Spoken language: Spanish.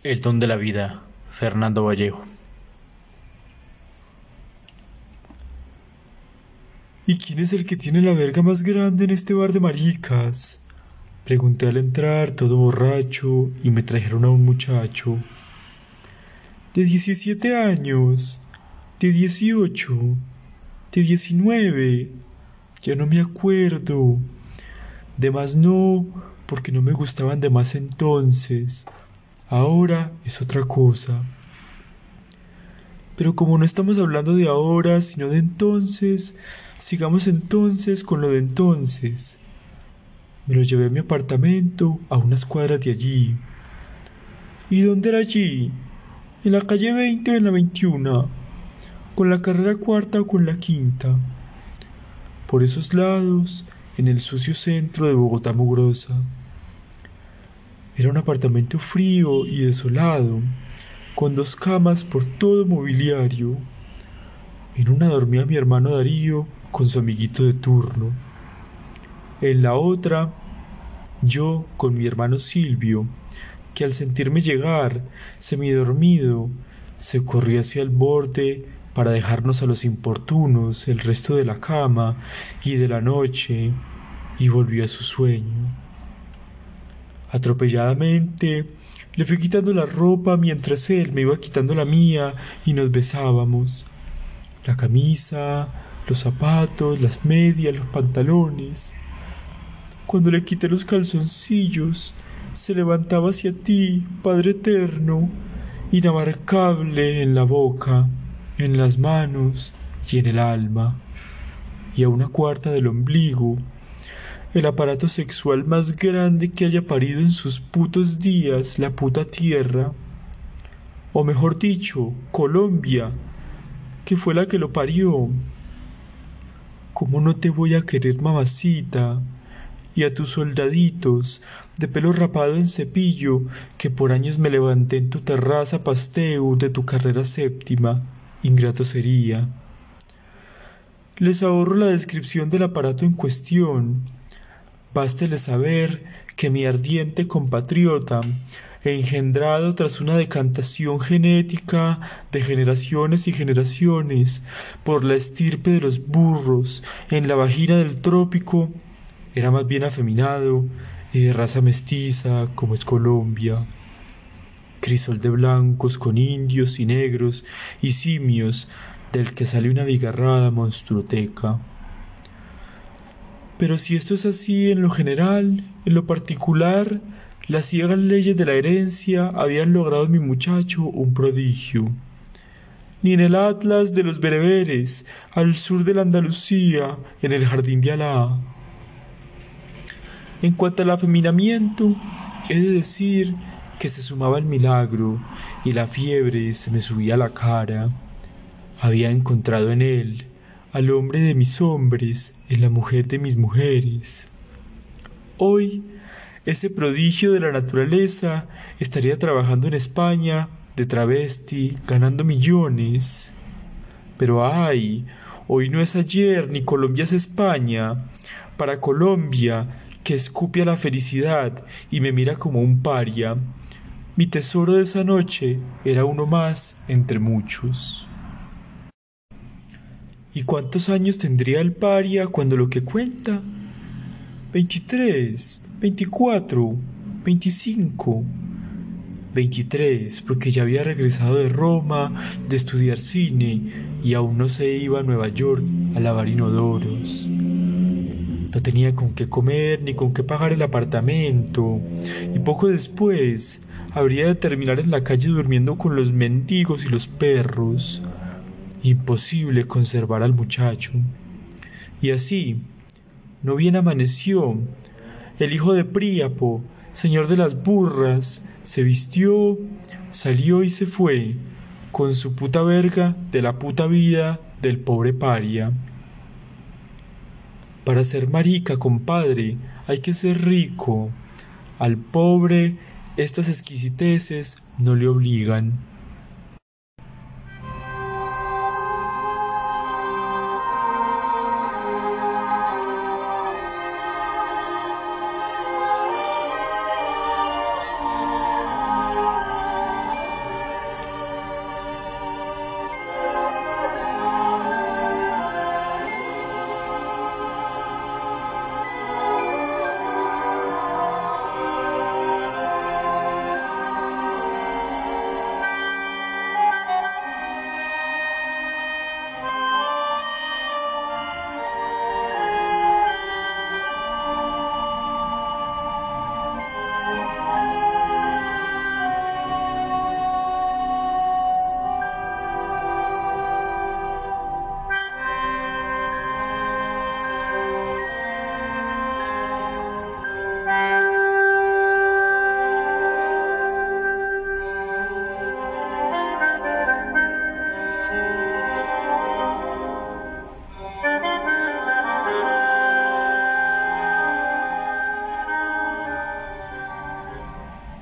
El don de la vida, Fernando Vallejo. ¿Y quién es el que tiene la verga más grande en este bar de maricas? Pregunté al entrar, todo borracho, y me trajeron a un muchacho. De 17 años, de 18, de 19, ya no me acuerdo. De más no, porque no me gustaban de más entonces. Ahora es otra cosa. Pero como no estamos hablando de ahora, sino de entonces, sigamos entonces con lo de entonces. Me lo llevé a mi apartamento, a unas cuadras de allí. ¿Y dónde era allí? ¿En la calle 20 o en la 21? ¿Con la carrera cuarta o con la quinta? Por esos lados, en el sucio centro de Bogotá mugrosa. Era un apartamento frío y desolado, con 2 camas por todo mobiliario. En una dormía mi hermano Darío con su amiguito de turno. En la otra, yo con mi hermano Silvio, que al sentirme llegar, semidormido, se corrió hacia el borde para dejarnos a los importunos el resto de la cama y de la noche, y volvió a su sueño. Atropelladamente, le fui quitando la ropa mientras él me iba quitando la mía y nos besábamos. La camisa, los zapatos, las medias, los pantalones. Cuando le quité los calzoncillos, se levantaba hacia ti, Padre Eterno, inabarcable en la boca, en las manos y en el alma, y a una cuarta del ombligo, el aparato sexual más grande que haya parido en sus putos días la puta tierra, o mejor dicho, Colombia, que fue la que lo parió. ¿Cómo no te voy a querer, mamacita? Y a tus soldaditos, de pelo rapado en cepillo, que por años me levanté en tu terraza pasteu de tu carrera séptima, ingrato sería. Les ahorro la descripción del aparato en cuestión. Bástele saber que mi ardiente compatriota, engendrado tras una decantación genética de generaciones y generaciones por la estirpe de los burros en la vagina del trópico, era más bien afeminado y de raza mestiza como es Colombia. Crisol de blancos con indios y negros y simios del que sale una bigarrada monstruoteca. Pero si esto es así en lo general, en lo particular, las ciegas leyes de la herencia habían logrado en mi muchacho un prodigio. Ni en el Atlas de los bereberes, al sur de la Andalucía, en el jardín de Alá. En cuanto al afeminamiento, he de decir que se sumaba el milagro y la fiebre se me subía a la cara. Había encontrado en él al hombre de mis hombres, en la mujer de mis mujeres. Hoy, ese prodigio de la naturaleza estaría trabajando en España, de travesti, ganando millones. Pero ay, hoy no es ayer, ni Colombia es España. Para Colombia, que escupe a la felicidad y me mira como un paria, mi tesoro de esa noche era uno más entre muchos. ¿Y cuántos años tendría el paria cuando lo que cuenta? 23, 24, 25. 23, porque ya había regresado de Roma de estudiar cine y aún no se iba a Nueva York a lavar inodoros. No tenía con qué comer ni con qué pagar el apartamento, y poco después habría de terminar en la calle durmiendo con los mendigos y los perros. Imposible conservar al muchacho. Y así, no bien amaneció, el hijo de Príapo, señor de las burras, se vistió, salió y se fue, con su puta verga de la puta vida del pobre paria. Para ser marica, compadre, hay que ser rico. Al pobre, estas exquisiteces no le obligan.